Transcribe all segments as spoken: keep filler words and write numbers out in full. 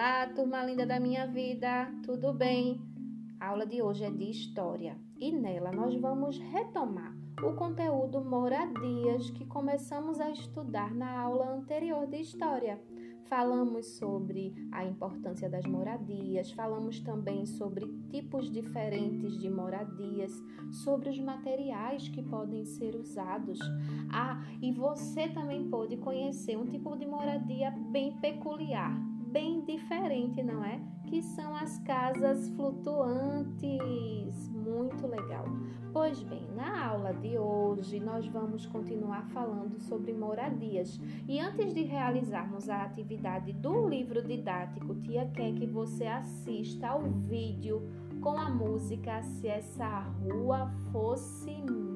Olá, turma linda da minha vida, tudo bem? A aula de hoje é de História e nela nós vamos retomar o conteúdo moradias que começamos a estudar na aula anterior de História. Falamos sobre a importância das moradias, falamos também sobre tipos diferentes de moradias, sobre os materiais que podem ser usados. Ah, e você também pôde conhecer um tipo de moradia bem peculiar, bem diferente, não é? Que são as casas flutuantes. Muito legal. Pois bem, na aula de hoje nós vamos continuar falando sobre moradias. E antes de realizarmos a atividade do livro didático, tia quer que você assista ao vídeo com a música Se Essa Rua Fosse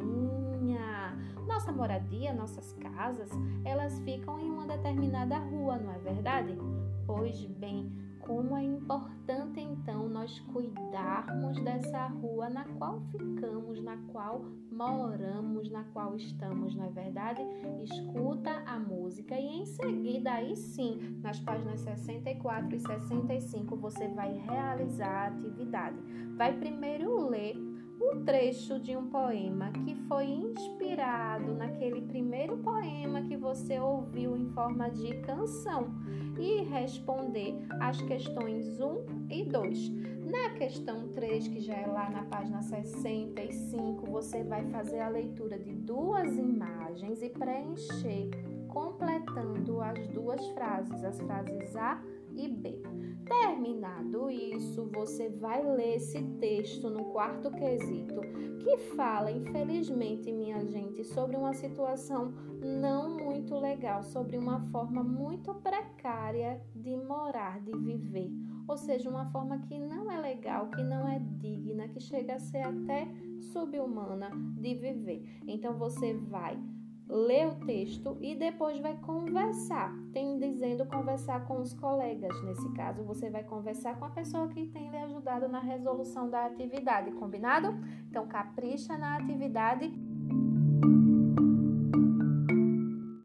Minha. Nossa moradia, nossas casas, elas ficam em uma determinada rua, não é verdade? Pois bem, como é importante então nós cuidarmos dessa rua na qual ficamos, na qual moramos, na qual estamos, não é verdade? Escuta a música e em seguida, aí sim, nas páginas sessenta e quatro e sessenta e cinco, você vai realizar a atividade. Vai primeiro ler um trecho de um poema que foi inspirado naquele primeiro poema que você ouviu em forma de canção e responder as questões um e dois. Na questão três, que já é lá na página sessenta e cinco, você vai fazer a leitura de duas imagens e preencher completando as duas frases, as frases A e B. Terminado isso, você vai ler esse texto no quarto quesito, que fala, infelizmente, minha gente, sobre uma situação não muito legal, sobre uma forma muito precária de morar, de viver. Ou seja, uma forma que não é legal, que não é digna, que chega a ser até subhumana de viver. Então, você vai ler o texto e depois vai conversar. Tem dizendo conversar com os colegas. Nesse caso, você vai conversar com a pessoa que tem lhe ajudado na resolução da atividade, combinado? Então, capricha na atividade